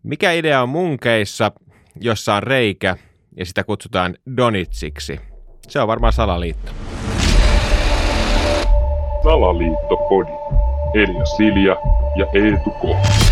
Mikä idea on munkeissa, jossa on reikä ja sitä kutsutaan donitsiksi? Se on varmaan salaliitto. Salaliittopodi. Elia Silja ja Eetu K.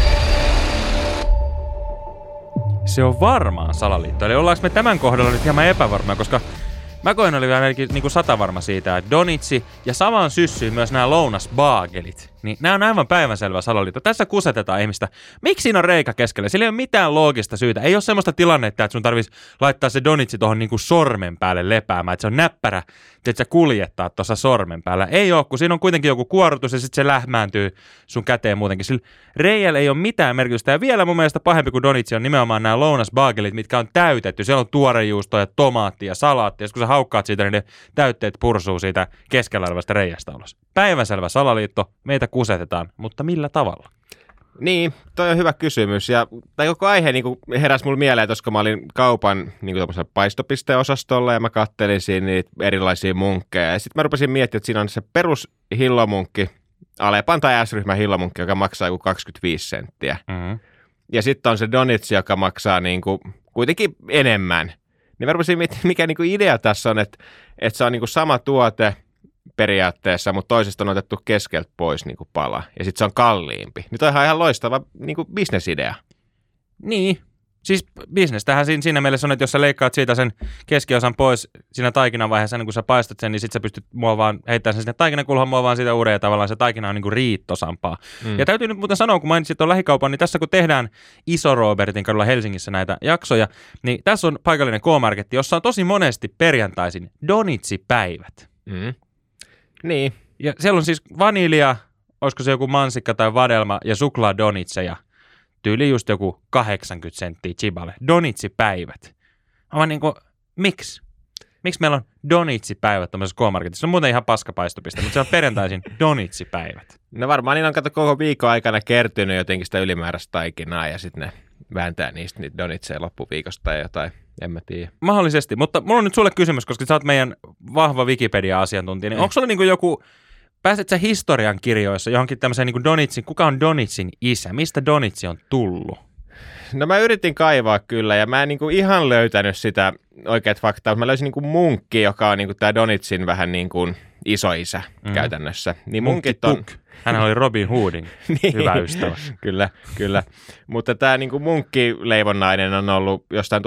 Se on varmaan salaliitto. Eli ollaanko me tämän kohdalla nyt hieman epävarmaa, koska mä koen oli vielä ainakin niin 100% siitä, että donitsi ja samaan syssyyn myös nämä lounasbaagelit, niin nämä on aivan päivänselvä salaliitto. Tässä kusetetaan ihmistä. Miksi siinä on reikä keskellä? Sillä ei ole mitään loogista syytä. Ei ole semmoista tilannetta, että sun tarvitsisi laittaa se donitsi tuohon niin kuin sormen päälle lepäämään, että se on näppärä, että sä kuljettaa tuossa sormen päällä. Ei ole, kun siinä on kuitenkin joku kuorrutus ja sitten se lähmääntyy sun käteen muutenkin. Sillä reijällä ei ole mitään merkitystä. Ja vielä mun mielestä pahempi kuin donitsi on nimenomaan nämä lounasbaagelit, mitkä on täytetty. Siellä on tuorejuustoa ja tomaattia ja salaattia. Ja kun sä haukkaat siitä, niin ne täytteet pursuu siitä keskellä olevasta reiästä ulos. Päivänselvä salaliitto, meitä kusetetaan, mutta millä tavalla? Niin, toi on hyvä kysymys. Ja tämä koko aihe niin heräsi mulle mieleen, koska mä olin kaupan niin paistopisteosastolla ja mä kattelin siinä niitä erilaisia munkkeja. Ja sitten mä rupesin miettimään, että siinä on se perushillomunkki, Alepan tai S-ryhmän hillomunkki, joka maksaa joku 25 senttiä. Mm-hmm. Ja sitten on se donitsi, joka maksaa niin kuin kuitenkin enemmän. Niin mä rupesin miettimään, mikä niin kuin idea tässä on, että se on niin kuin sama tuote periaatteessa, mutta toisesta on otettu keskeltä pois niin kuin pala. Ja sitten se on kalliimpi. Niin toihan on ihan loistava niin kuin bisnesidea. Niin. Siis bisnestähän siinä mielessä on, että jos sä leikkaat siitä sen keskiosan pois siinä taikinan vaiheessa, niin kun sä paistat sen, niin sit sä pystyt heittämään sen sinne taikinakulhaan muovaan siitä uuden ja tavallaan se taikina on niin kuin riittosampaa. Ja täytyy nyt muuten sanoa, kun mainitsit tuon lähikaupan, niin tässä kun tehdään Iso Robertin kadulla Helsingissä näitä jaksoja, niin tässä on paikallinen K-marketti, jossa on tosi monesti perjantaisin donitsi-päivät. Mm. Niin. Ja siellä on siis vanilja, olisiko se joku mansikka tai vadelma ja suklaadonitseja. Tyyli just joku 80 senttiä chiballe. Donitsi-päivät. Mä niinku, miksi? Miksi meillä on donitsi-päivät tämmöisessä K-marketissa? Se on muuten ihan paskapaistopiste, mutta se on perjantaisin donitsi-päivät. No varmaan niin on koko viikon aikana kertynyt jotenkin sitä ylimääräistä taikinaa ja sitten ne vääntää niistä niitä donitseja loppuviikosta tai jotain. En mä tiedä. Mahdollisesti, mutta mulla on nyt sulle kysymys, koska sä oot meidän vahva Wikipedia-asiantuntija, niin onko sulla niinku joku, pääset sä historian kirjoissa johonkin tämmöiseen niinku donitsin, kuka on donitsin isä? Mistä donitsi on tullut? No mä yritin kaivaa kyllä ja mä en niinku ihan löytänyt sitä oikeat faktaa, mutta mä löysin niinku munkki, joka on niinku tää donitsin vähän niin kuin isoisä käytännössä. Niin munkit on... Hän oli Robin Hoodin niin, hyvä ystävä. Kyllä. Mutta tämä niinku munkkileivonnainen on ollut jostain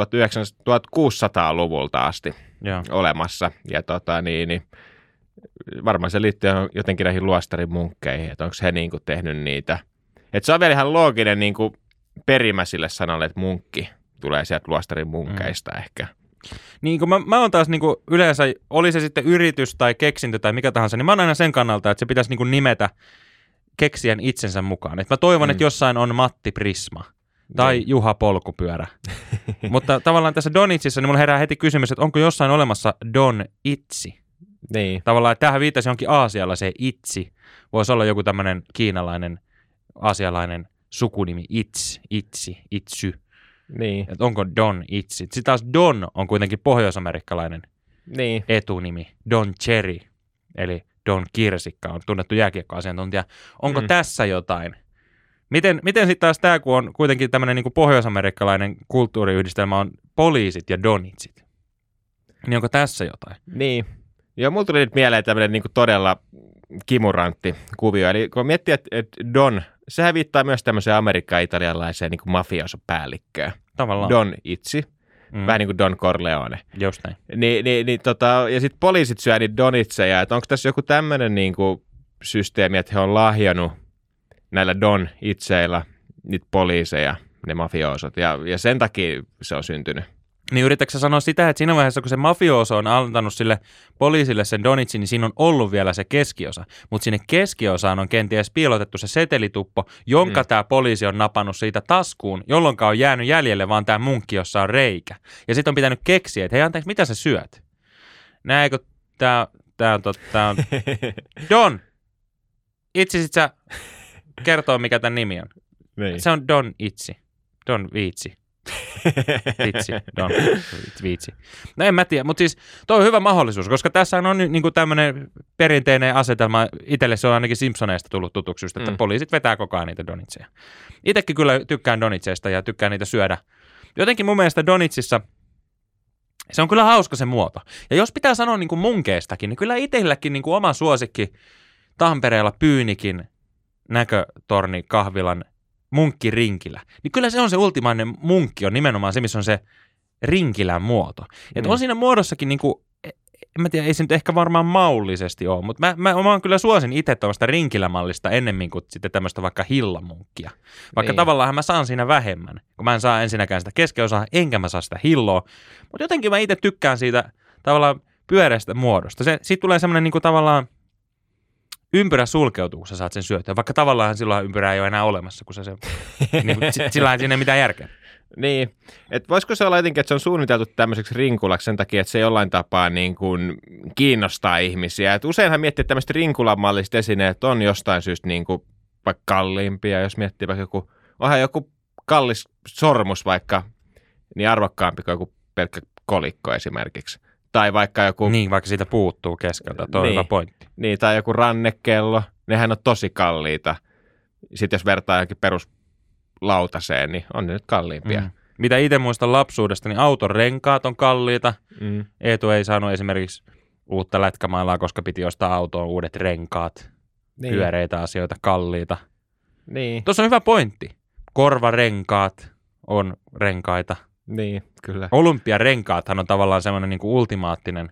1600-luvulta asti olemassa. Ja varmaan se liittyy jotenkin näihin luostarin munkkeihin, että onko he niinku tehnyt niitä. Että se on vielä ihan looginen niinku perimä sille sanalle, että munkki tulee sieltä luostarin munkeista ehkä. Niin kun mä oon taas niinku yleensä, oli se sitten yritys tai keksintö tai mikä tahansa, niin mä oon aina sen kannalta, että se pitäisi niinku nimetä keksijän itsensä mukaan. Et mä toivon, että jossain on Matti Prisma tai Juha Polkupyörä. Mutta tavallaan tässä donitsissa niin mulla herää heti kysymys, että onko jossain olemassa Don Itsi? Niin. Tavallaan, että tämähän viittasi johonkin aasialaiseen Itsi. Voisi olla joku tämmöinen kiinalainen, aasialainen sukunimi Itsi, Itsy. Niin. Että onko Don Itsi? Sitten taas Don on kuitenkin pohjoisamerikkalainen etunimi. Don Cherry, eli Don Kirsikka on tunnettu jääkiekkoasiantuntija. Onko tässä jotain? Miten sitten taas tämä, kun on kuitenkin tämmöinen niin kuin pohjoisamerikkalainen kulttuuriyhdistelmä, on poliisit ja donitsit? Niin onko tässä jotain? Niin. Joo, mulla tuli nyt mieleen tämmöinen niin kuin todella kimurantti kuvio. Eli kun miettii, että Don, sehän viittaa myös tämmöiseen amerikka-italialaiseen niin kuin mafiosopäällikköön. Tavallaan. Don Itsi. Vähän niin kuin Don Corleone. Just näin. Ja sitten poliisit syö niitä donitseja. Että onko tässä joku tämmöinen niin kuin systeemi, että he on lahjannut näillä Don itseillä niitä poliiseja, ne mafioosot. Ja sen takia se on syntynyt. Niin yritätkö sä sanoa sitä, että siinä vaiheessa, kun se mafiooso on antanut sille poliisille sen donitsin, niin siinä on ollut vielä se keskiosa. Mutta sinne keskiosaan on kenties piilotettu se setelituppo, jonka tämä poliisi on napannut siitä taskuun, jolloin on jäänyt jäljelle vaan tämä munkki, jossa on reikä. Ja sitten on pitänyt keksiä, että hei anteeksi, mitä sä syöt? Näetkö, tää on Don. Itse sit sä kertoo, mikä tämän nimi on. Niin. Se on Don Itsi. Don Viitsi. Viitsi. No en mä tiedä, mutta siis toi on hyvä mahdollisuus, koska tässä on niinku tämmöinen perinteinen asetelma. Itselle se on ainakin Simpsoneista tullut tutuksi, että poliisit vetää koko ajan niitä donitseja. Itsekin kyllä tykkään donitseista ja tykkään niitä syödä. Jotenkin mun mielestä donitsissa se on kyllä hauska se muoto. Ja jos pitää sanoa niin kuin munkeestakin, niin kyllä itselläkin niin kuin oma suosikki Tampereella Pyynikin näkötorni kahvilan munkkirinkilä. Niin kyllä se on se ultimainen munkki on nimenomaan se, missä on se rinkilän muoto. Että on siinä muodossakin niin kuin, en mä tiedä, ei se nyt ehkä varmaan maullisesti ole, mutta mä kyllä suosin itse tuollaista rinkilämallista ennemmin kuin sitten tämmöistä vaikka hillamunkkia. Vaikka tavallaan mä saan siinä vähemmän, kun mä en saa ensinnäkään sitä keskiosaa, enkä mä saa sitä hilloa. Mutta jotenkin mä itse tykkään siitä tavallaan pyöreästä muodosta. Siitä tulee semmoinen niin kuin tavallaan ympyrä sulkeutuu, kun sä saat sen syötyä. Vaikka tavallaan silloin ympyrää ei ole enää olemassa, kun se niin kuin, sillä ei siinä mitään järkeä. Niin, että voisiko se olla jotenkin, että se on suunniteltu tämmöiseksi rinkulaksi sen takia, että se jollain tapaa niin kuin kiinnostaa ihmisiä. Et useinhan miettii, että tämmöiset rinkulamalliset esineet on jostain syystä niin kuin vaikka kalliimpia, jos miettii vaikka joku kallis sormus vaikka niin arvokkaampi kuin joku pelkkä kolikko esimerkiksi. Tai vaikka joku... Niin, vaikka siitä puuttuu keskeltä, tuo on hyvä pointti. Niin, tai joku rannekello, nehän on tosi kalliita. Sitten jos vertaa johonkin peruslautaseen, niin on ne nyt kalliimpia. Mitä itse muistan lapsuudesta, niin auton renkaat on kalliita. Eetu ei saanut esimerkiksi uutta lätkämailaa, koska piti ostaa autoon uudet renkaat. Niin. Pyöreitä asioita, kalliita. Niin. Tuossa on hyvä pointti. Korvarenkaat on renkaita. Niin, kyllä. Olympiarenkaathan on tavallaan semmoinen niin kuin ultimaattinen,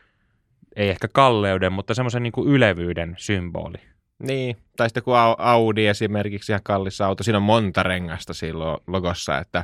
ei ehkä kalleuden, mutta semmoisen niin kuin ylevyyden symboli. Niin, tai sitten kun Audi esimerkiksi ihan kallis auto, siinä on monta rengasta silloin logossa, että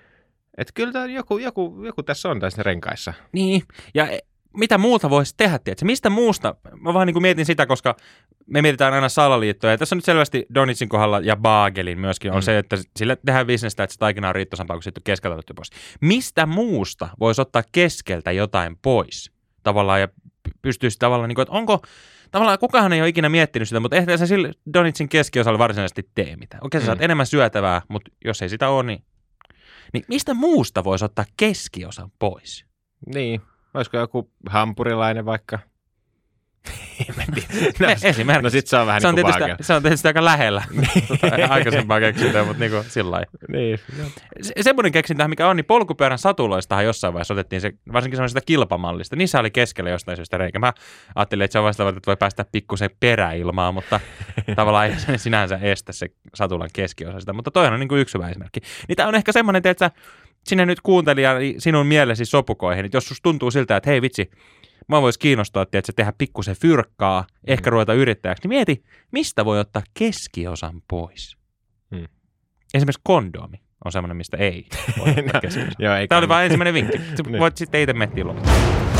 kyllä joku tässä on tässä renkaissa. Niin, ja mitä muuta voisi tehdä, tiedätkö? Mistä muusta? Mä vaan niin kuin mietin sitä, koska me mietitään aina salaliittoja. Ja tässä on nyt selvästi Donitsin kohdalla ja Baagelin myöskin on se, että sillä tehdään bisnestä, että se taikina on riittosampaa, kun sitten keskeltä otettu pois. Mistä muusta voisi ottaa keskeltä jotain pois? Tavallaan ja pystyisi tavallaan, niin kuin, että onko... Tavallaan kukaan ei ole ikinä miettinyt sitä, mutta ehkä se sillä Donitsin keskiosalla varsinaisesti tee mitään. Okei, sä saat enemmän syötävää, mutta jos ei sitä ole, niin mistä muusta voisi ottaa keskiosan pois? Niin, olisiko joku hampurilainen vaikka? Esimerkiksi. No sit se on vähän niin kuin Baagel. Se on tietysti aika lähellä aikaisempaa keksintöä, mutta niin sillain. Niin. Semmoinen keksintä, mikä on, niin polkupyörän satuloistahan jossain vaiheessa otettiin se, varsinkin semmoisesta kilpamallista. Niissä oli keskellä jostain syystä reikä. Mä ajattelin, että se on vasta, että voi päästä pikkusen peräilmaan, mutta tavallaan ei se sinänsä estä se satulan keskiosa sitä. Mutta toihan on niin kuin yksi hyvä esimerkki. Niin tää on ehkä semmoinen, että sinne nyt kuuntelija sinun mielesi sopukoihin, että jos susta tuntuu siltä, että hei vitsi, mä vois kiinnostaa, että tehdä pikkusen fyrkkaa, ehkä ruveta yrittäjäksi, niin mieti, mistä voi ottaa keskiosan pois. Esimerkiksi kondomi on semmoinen, mistä ei voi ottaa keskiosan. Tämä oli vain ensimmäinen vinkki. Voit sitten itse miettiä loppuun.